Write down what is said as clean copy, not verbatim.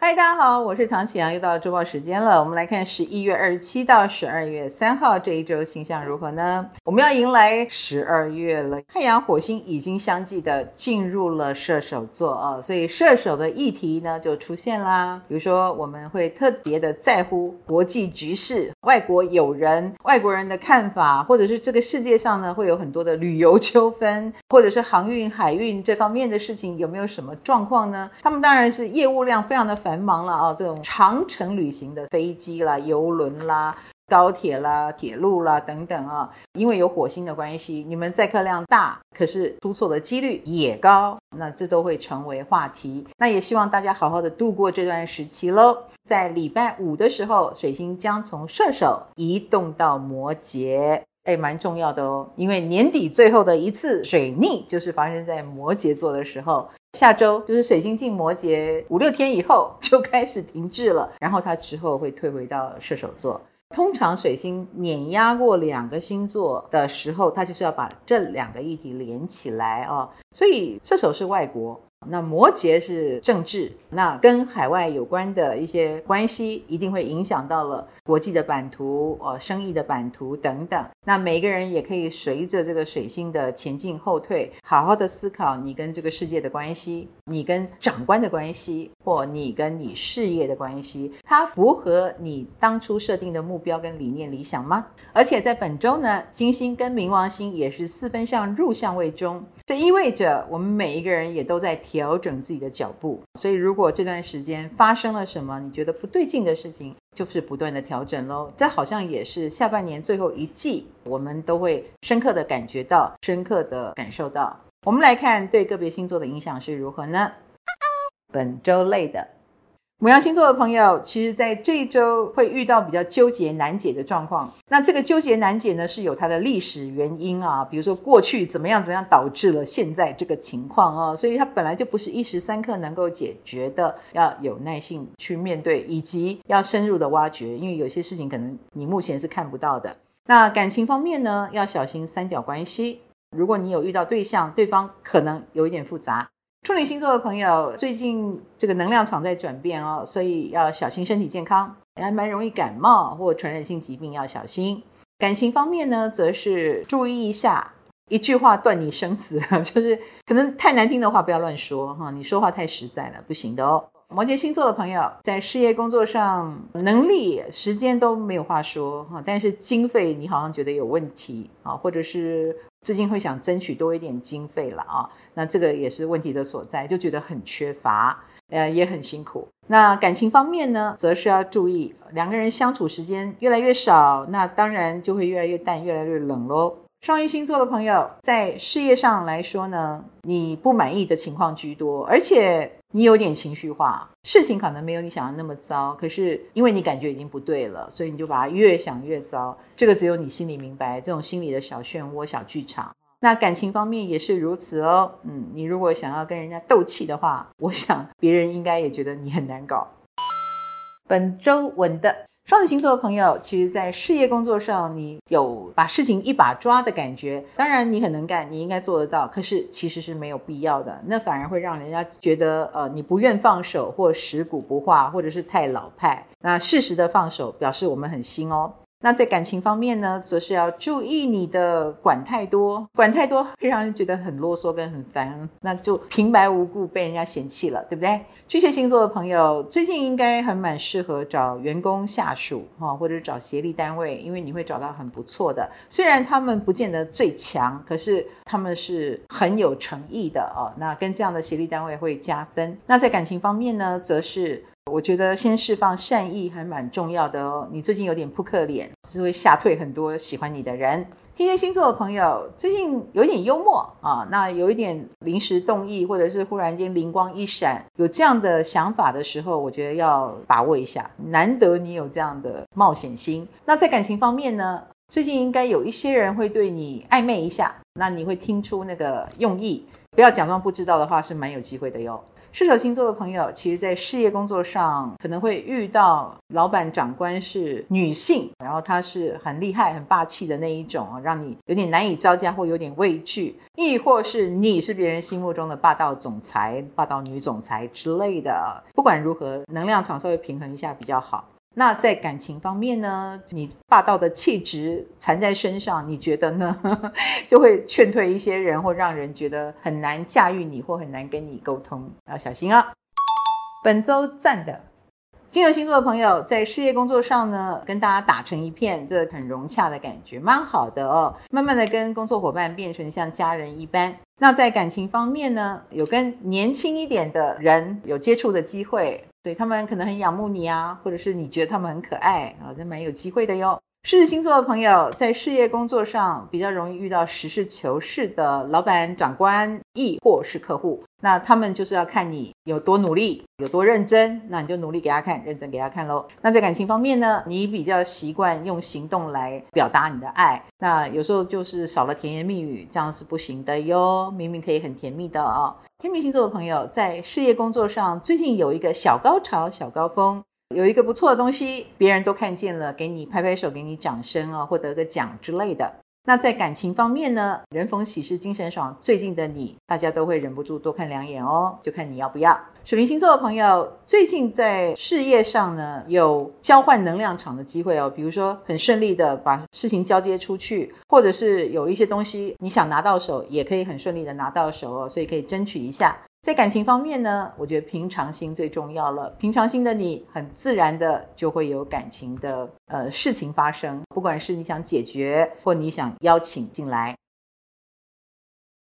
嗨，大家好，我是唐启阳，又到了周报时间了。我们来看11月27到12月3号这一周星象如何呢？我们要迎来12月了，太阳火星已经相继的进入了射手座所以射手的议题呢就出现啦。比如说我们会特别的在乎国际局势、外国友人、外国人的看法，或者是这个世界上呢会有很多的旅游纠纷，或者是航运、海运这方面的事情有没有什么状况呢？他们当然是业务量非常的繁忙了这种长程旅行的飞机啦、邮轮啦、高铁啦、铁路啦等等因为有火星的关系，你们载客量大，可是出错的几率也高，那这都会成为话题。那也希望大家好好的度过这段时期咯。在礼拜五的时候，水星将从射手移动到摩羯，蛮重要的因为年底最后的一次水逆就是发生在摩羯座的时候。下周就是水星进摩羯5-6天以后就开始停滞了，然后它之后会退回到射手座。通常水星碾压过2个星座的时候，它就是要把这2个议题连起来所以射手是外国，那摩羯是政治，那跟海外有关的一些关系一定会影响到了国际的版图生意的版图等等。那每个人也可以随着这个水星的前进后退，好好的思考你跟这个世界的关系，你跟长官的关系，或你跟你事业的关系，它符合你当初设定的目标跟理念理想吗？而且在本周呢，金星跟冥王星也是4分相入相位中，这意味着我们每一个人也都在调整自己的脚步。所以如果这段时间发生了什么你觉得不对劲的事情，就是不断的调整咯。这好像也是下半年最后一季我们都会深刻的感觉到，深刻的感受到。我们来看对个别星座的影响是如何呢？本周类的牡羊星座的朋友，其实在这一周会遇到比较纠结难解的状况。那这个纠结难解呢，是有它的历史原因比如说过去怎么样导致了现在这个情况所以它本来就不是一时三刻能够解决的，要有耐性去面对，以及要深入的挖掘，因为有些事情可能你目前是看不到的。那感情方面呢，要小心三角关系，如果你有遇到对象，对方可能有一点复杂。处女星座的朋友，最近这个能量场在转变所以要小心身体健康，还蛮容易感冒或传染性疾病，要小心。感情方面呢，则是注意一下，一句话断你生死就是可能太难听的话不要乱说你说话太实在了，不行的摩羯星座的朋友，在事业工作上能力时间都没有话说但是经费你好像觉得有问题或者是最近会想争取多一点经费了那这个也是问题的所在，就觉得很缺乏也很辛苦。那感情方面呢，则是要注意2个人相处时间越来越少，那当然就会越来越淡，越来越冷咯。双鱼星座的朋友，在事业上来说呢，你不满意的情况居多，而且你有点情绪化，事情可能没有你想的那么糟，可是因为你感觉已经不对了，所以你就把它越想越糟，这个只有你心里明白，这种心理的小漩涡、小剧场。那感情方面也是如此你如果想要跟人家斗气的话，我想别人应该也觉得你很难搞。本周稳的双子星座的朋友，其实在事业工作上你有把事情一把抓的感觉，当然你很能干，你应该做得到，可是其实是没有必要的，那反而会让人家觉得你不愿放手，或食古不化，或者是太老派。那适时的放手表示我们很新那在感情方面呢，则是要注意你的管太多会让人觉得很啰嗦跟很烦，那就平白无故被人家嫌弃了，对不对？巨蟹星座的朋友，最近应该还蛮适合找员工下属或者找协力单位，因为你会找到很不错的，虽然他们不见得最强，可是他们是很有诚意的那跟这样的协力单位会加分。那在感情方面呢，则是我觉得先释放善意还蛮重要的你最近有点扑克脸，是会吓退很多喜欢你的人。天蝎星座的朋友，最近有点幽默那有一点临时动意，或者是忽然间灵光一闪，有这样的想法的时候，我觉得要把握一下，难得你有这样的冒险心。那在感情方面呢，最近应该有一些人会对你暧昧一下，那你会听出那个用意，不要假装不知道的话是蛮有机会的哟。 射手星座的朋友，其实在事业工作上可能会遇到老板长官是女性，然后她是很厉害很霸气的那一种，让你有点难以招架或有点畏惧，亦或是你是别人心目中的霸道总裁、霸道女总裁之类的。不管如何，能量场稍微平衡一下比较好。那在感情方面呢，你霸道的气质缠在身上，你觉得呢？就会劝退一些人，或让人觉得很难驾驭你，或很难跟你沟通，要小心啊。本周赞的金牛星座的朋友，在事业工作上呢，跟大家打成一片，这很融洽的感觉，蛮好的哦。慢慢的跟工作伙伴变成像家人一般。那在感情方面呢，有跟年轻一点的人有接触的机会，所以他们可能很仰慕你啊，或者是你觉得他们很可爱啊，这蛮有机会的哟。狮子星座的朋友在事业工作上比较容易遇到实事求是的老板、长官，亦或是客户，那他们就是要看你有多努力，有多认真，那你就努力给他看，认真给他看咯。那在感情方面呢，你比较习惯用行动来表达你的爱，那有时候就是少了甜言蜜语，这样是不行的哟，明明可以很甜蜜的哦。天秤星座的朋友在事业工作上最近有一个小高潮、小高峰，有一个不错的东西，别人都看见了，给你拍拍手，给你掌声啊，或得个奖之类的。那在感情方面呢，人逢喜事精神爽，最近的你大家都会忍不住多看两眼哦，就看你要不要。水瓶星座的朋友最近在事业上呢，有交换能量场的机会哦，比如说很顺利的把事情交接出去，或者是有一些东西你想拿到手，也可以很顺利的拿到手哦，所以可以争取一下。在感情方面呢，我觉得平常心最重要了。平常心的你，很自然的就会有感情的事情发生，不管是你想解决或你想邀请进来。